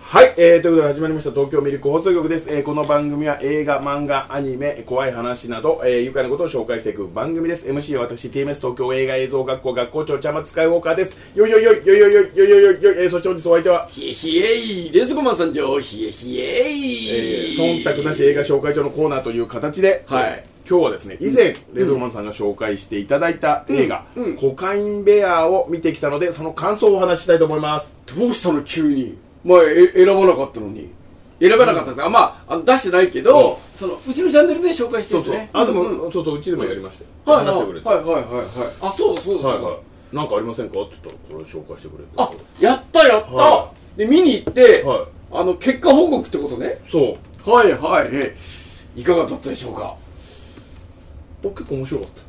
はい、ということで始まりました東京ミルク放送局です。この番組は映画、漫画、アニメ、怖い話など、愉快なことを紹介していく番組です。MC は私 TMS 東京映画映像学校学校長茶松スカイウォーカーです。よいよいよいよいよいよいよいよいよい、そして本日お相手はひえひえいレズコマン参上ひえひえい、 忖度なし映画紹介所のコーナーという形で、 はい、 今日はですね、以前、レズコマンさんが紹介していただいた映画、コカインベアを見てきたので、その感想をお話ししたいと思います。 どうしたの急に。前選ばなかったのに。選ばなかったって、まあ出してないけど、そのうちのチャンネルで紹介してるね。 そうそう。でも、そうそう、うちでもやりましたよ。話してくれて。 はい。あ、そうだそうだ。 はいはい。なんかありませんかって言ったら、これ紹介してくれて。 あ、やった。で、見に行って、結果報告ってことね。 そう。 はい。いかがだったでしょうか。 結構面白かった。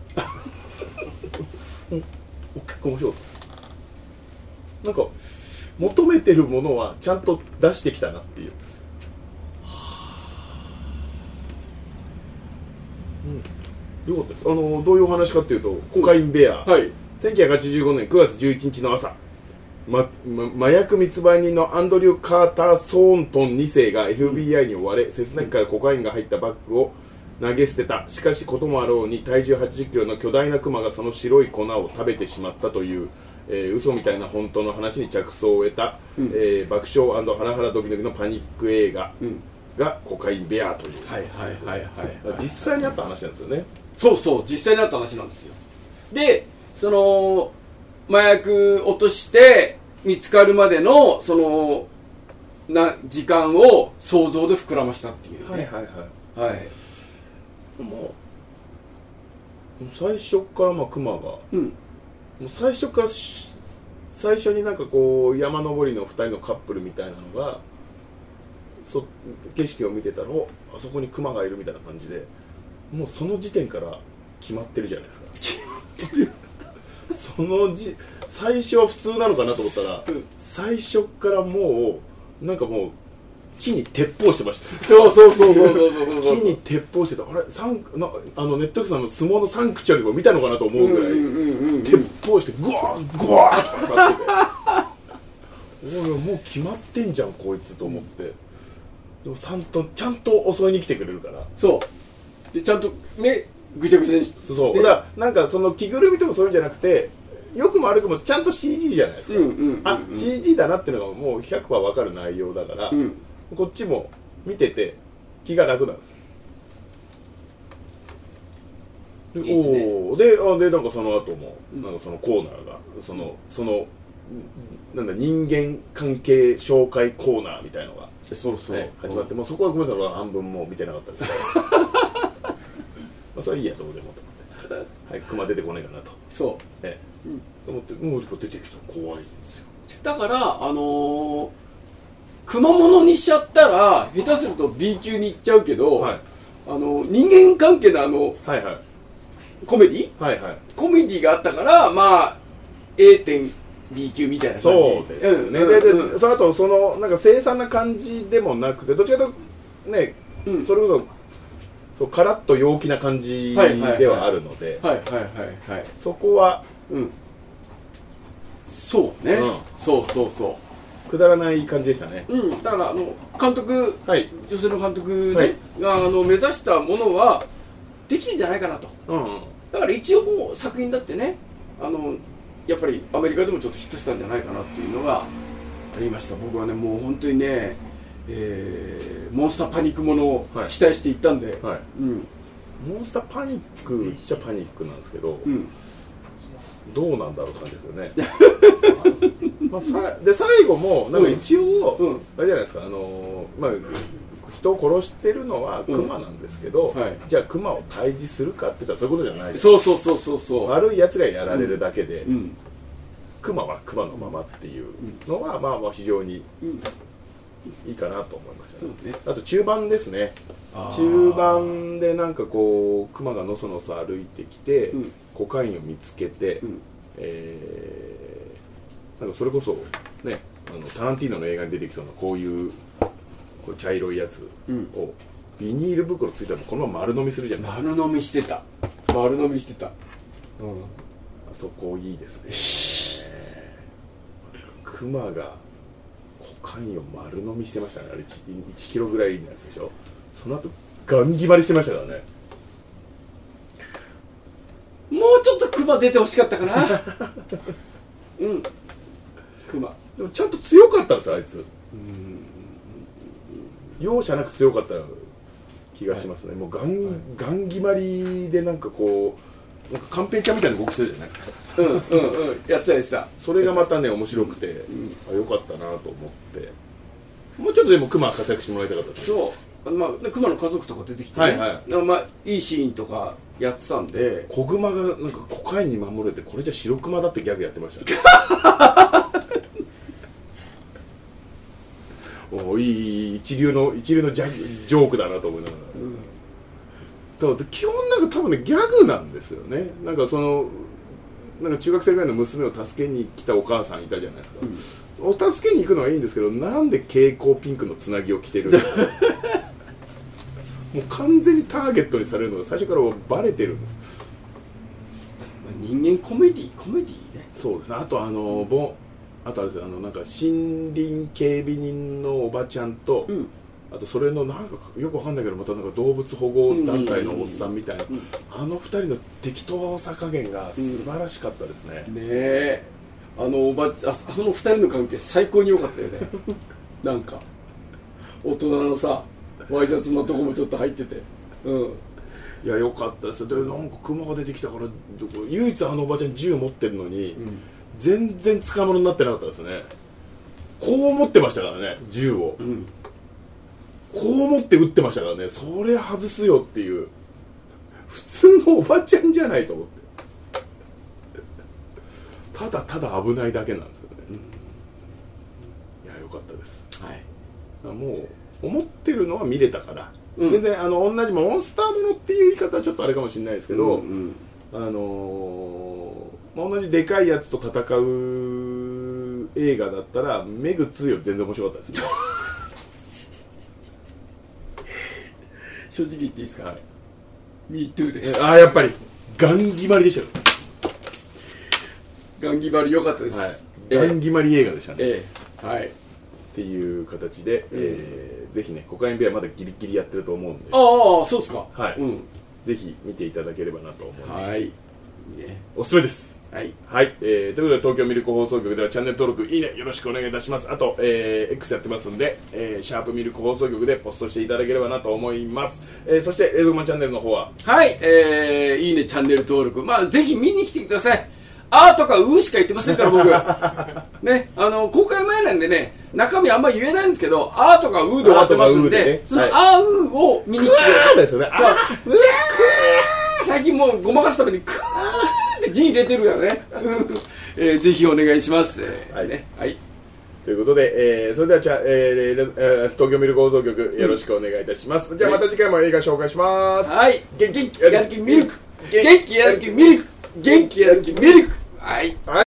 結構面白かった。なんか、求めてるものはちゃんと出してきたなっていう。よかったです。どういうお話かっていうと、コカインベア、1985年9月11日の朝、麻薬密売人のアンドリュー・カーター・ソーントン2世が FBI に追われ、切なきからコカインが入ったバッグを投げ捨てた。しかしこともあろうに体重80キロの巨大なクマがその白い粉を食べてしまったという、嘘みたいな本当の話に着想を得た、爆笑&ハラハラドキドキのパニック映画がコカインベアという、実際にあった話なんですよね。 そう実際にあった話なんですよ。で、その麻薬落として見つかるまでのその時間を想像で膨らましたっていうね。 もう最初からクマが、もう最初から最初になんかこう山登りの2人のカップルみたいなのが景色を見てたら、あそこにクマがいるみたいな感じで、もうその時点から決まってるじゃないですか。決まってる。最初は普通なのかなと思ったら、最初からもうなんかもう木に鉄砲してました。 そう木に鉄砲してた。あれネットフリさんの相撲のサンクチュアリを見たのかなと思うぐらい鉄砲してグワーグワーってなってて、俺もう決まってんじゃんこいつと思って。でもちゃんと襲いに来てくれるから。 そうでちゃんとねぐちゃぐちゃにして。 そうだからなんかその着ぐるみとかそういうんじゃなくて、よくも悪くもちゃんと CG じゃないですか。CG だなっていうのがもう 100% 分かる内容だから、こっちも見てて気が楽なんですよ。でなんかその後もなんかそのコーナーがそのなんだ人間関係紹介コーナーみたいのが始まって、もうそこはごめんなさい、半分もう見てなかったですけどそれいいやと思ってクマ出てこないかなとと思って、もう出てきたら怖いんですよ。 だから熊物にしちゃったら下手すると B 級に行っちゃうけど、人間関係のコメディ、コメディがあったから、まあ A 点 B 級みたいな感じ。 そうですね。でその後そのなんか凄惨な感じでもなくて、どちらかというとね、それこそカラッと陽気な感じではあるので、そこはそうね、そうくだらない感じでしたね。 だから監督、女性の監督が目指したものはできてんじゃないかなと。だから一応もう作品だってね、やっぱりアメリカでもちょっとヒットしたんじゃないかなっていうのがありました。僕はね、もう本当にね、モンスターパニックものを期待していったんで、 モンスターパニックっちゃパニックなんですけど、どうなんだろうって感じですよね。で最後もなんか一応あれじゃないですか、人を殺してるのはクマなんですけど、じゃあクマを退治するかって言ったらそういうことじゃないです。 そう悪いやつがやられるだけで、クマはクマのままっていうのはまあ非常にいいかなと思いましたね。あと中盤ですね。中盤でなんかこうクマがのそのそ歩いてきて、コカインを見つけて、なんかそれこそね、タランティーノの映画に出てきそうなこういう茶色いやつをビニール袋ついたらこのまま丸飲みするじゃないですか。 丸飲みしてた。あそこいいですね。クマがココカインを丸飲みしてましたね。あれ 1キロぐらいのやつでしょ。その後ガン決まりしてましたからね。 もうちょっとクマ出てほしかったかな。うんクマでもちゃんと強かったんですよあいつ。容赦なく強かった気がしますね、はい、もうガン決まりでなんかこうなんかカンペンちゃんみたいな動きしてるじゃないですか。 やってたそれがまたね面白くて、よかったなと思って、もうちょっとでもクマ活躍してもらいたかった。 そうまあクマの家族とか出てきてね、はいはい、まあいいシーンとかやってたんで、 子グマがなんかコカインに守れて、これじゃ白クマだってギャグやってましたね。おいい一流のジョークだなと思いながら、基本なんか多分ねギャグなんですよね。なんかなんか中学生ぐらいの娘を助けに来たお母さんいたじゃないですか、お助けに行くのはいいんですけど、なんで蛍光ピンクのつなぎを着てるのかもう完全にターゲットにされるのが最初からバレてるんです。 人間コメディね。 そうですね。あとあとあれですよ、なんか森林警備人のおばちゃんと、あとそれのなんかよくわかんないけどまたなんか動物保護団体のおっさんみたいな、あの二人の適当さ加減が素晴らしかったですね。 ねえ、その二人の関係最高に良かったよね。なんか大人のさワイシャツのとこもちょっと入ってて、 いや良かったですよ。でなんかクマが出てきたから唯一あのおばちゃん銃持ってるのに、全然捕ま物になってなかったですね。こう持ってましたからね、銃を、こう持って撃ってましたからね。それ外すよっていう、普通のおばちゃんじゃないと思って、ただただ危ないだけなんですよね。いや良かったです、はい、もう思ってるのは見れたから、全然同じモンスターものっていう言い方はちょっとあれかもしれないですけど、同じでかいやつと戦う映画だったらメグ2より全然面白かったですね。 正直言っていいですか、はい、Me Too です。 やっぱりガン決まりでしたよ。 ガン決まり良かったです、はい、 ガン決まり映画でしたね、 はい、 っていう形で、ぜひね、コカインベアまだギリギリやってると思うんで、 そうですか、 はい、ぜひ見ていただければなと思います。 はい、 おすすめです。 はい、 はい、ということで東京ミルク放送局ではチャンネル登録、いいねよろしくお願いいたします。あと、X やってますんで、シャープミルク放送局でポストしていただければなと思います。そして冷蔵マンチャンネルの方は、 はい、いいねチャンネル登録、ぜひ見に来てください。あーとかうーしか言ってませんから僕ね、公開前なんでね、中身あんまり言えないんですけど、あーとかうーで終わってますんで、そのあーうーを見に来てください。 ですよね。 最近もうごまかすためにクーって字入れてるからね。ぜひお願いします。はい。 ということで、それでは東京ミルク放送局よろしくお願いいたします。じゃあまた次回も映画紹介します。 はい。元気やる気ミルク。元気やる気ミルク。元気やる気ミルク。はい。